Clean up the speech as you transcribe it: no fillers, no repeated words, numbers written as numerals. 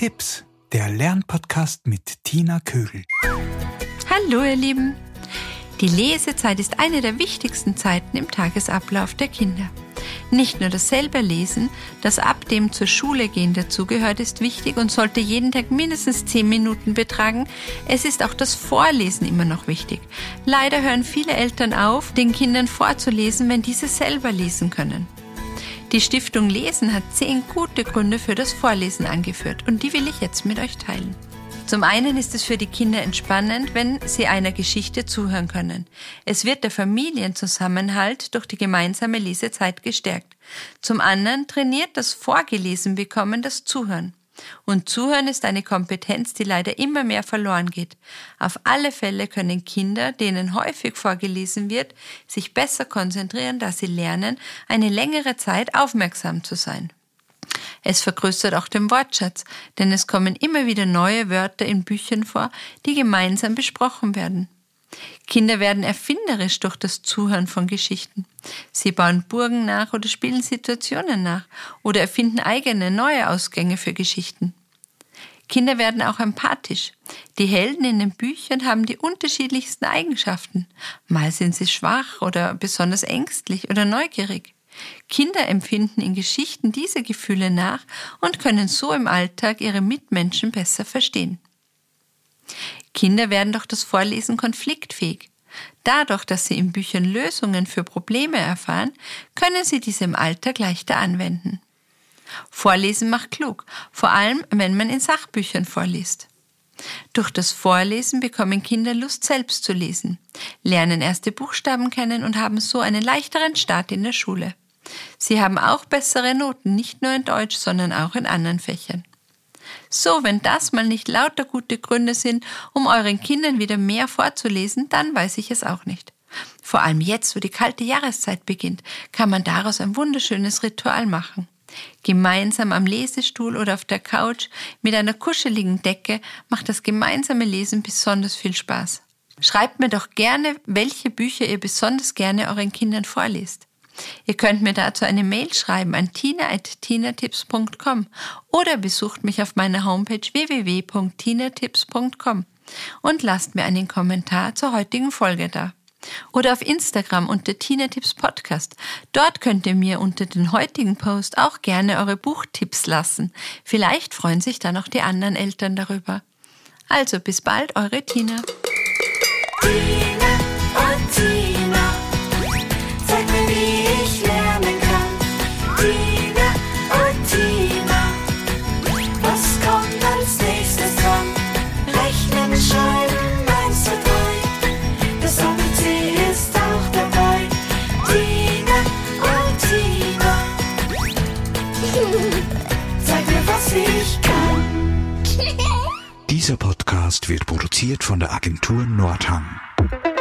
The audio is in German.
Tina Tipps, der Lernpodcast mit Tina Kögel. Hallo ihr Lieben! Die Lesezeit ist eine der wichtigsten Zeiten im Tagesablauf der Kinder. Nicht nur das selber Lesen, das ab dem zur Schule gehen dazugehört, ist wichtig und sollte jeden Tag mindestens 10 Minuten betragen. Es ist auch das Vorlesen immer noch wichtig. Leider hören viele Eltern auf, den Kindern vorzulesen, wenn diese selber lesen können. Die Stiftung Lesen hat 10 gute Gründe für das Vorlesen angeführt und die will ich jetzt mit euch teilen. Zum einen ist es für die Kinder entspannend, wenn sie einer Geschichte zuhören können. Es wird der Familienzusammenhalt durch die gemeinsame Lesezeit gestärkt. Zum anderen trainiert das Vorgelesen-Bekommen das Zuhören. Und Zuhören ist eine Kompetenz, die leider immer mehr verloren geht. Auf alle Fälle können Kinder, denen häufig vorgelesen wird, sich besser konzentrieren, da sie lernen, eine längere Zeit aufmerksam zu sein. Es vergrößert auch den Wortschatz, denn es kommen immer wieder neue Wörter in Büchern vor, die gemeinsam besprochen werden. Kinder werden erfinderisch durch das Zuhören von Geschichten. Sie bauen Burgen nach oder spielen Situationen nach oder erfinden eigene, neue Ausgänge für Geschichten. Kinder werden auch empathisch. Die Helden in den Büchern haben die unterschiedlichsten Eigenschaften. Mal sind sie schwach oder besonders ängstlich oder neugierig. Kinder empfinden in Geschichten diese Gefühle nach und können so im Alltag ihre Mitmenschen besser verstehen. Kinder werden durch das Vorlesen konfliktfähig. Dadurch, dass sie in Büchern Lösungen für Probleme erfahren, können sie diese im Alltag leichter anwenden. Vorlesen macht klug, vor allem wenn man in Sachbüchern vorliest. Durch das Vorlesen bekommen Kinder Lust, selbst zu lesen, lernen erste Buchstaben kennen und haben so einen leichteren Start in der Schule. Sie haben auch bessere Noten, nicht nur in Deutsch, sondern auch in anderen Fächern. So, wenn das mal nicht lauter gute Gründe sind, um euren Kindern wieder mehr vorzulesen, dann weiß ich es auch nicht. Vor allem jetzt, wo die kalte Jahreszeit beginnt, kann man daraus ein wunderschönes Ritual machen. Gemeinsam am Lesestuhl oder auf der Couch mit einer kuscheligen Decke macht das gemeinsame Lesen besonders viel Spaß. Schreibt mir doch gerne, welche Bücher ihr besonders gerne euren Kindern vorlest. Ihr könnt mir dazu eine Mail schreiben an tina@tinatips.com oder besucht mich auf meiner Homepage www.tinatips.com und lasst mir einen Kommentar zur heutigen Folge da. Oder auf Instagram unter Tina Tipps Podcast. Dort könnt ihr mir unter den heutigen Post auch gerne eure Buchtipps lassen. Vielleicht freuen sich dann auch die anderen Eltern darüber. Also bis bald, eure Tina. Dieser Podcast wird produziert von der Agentur Nordhang.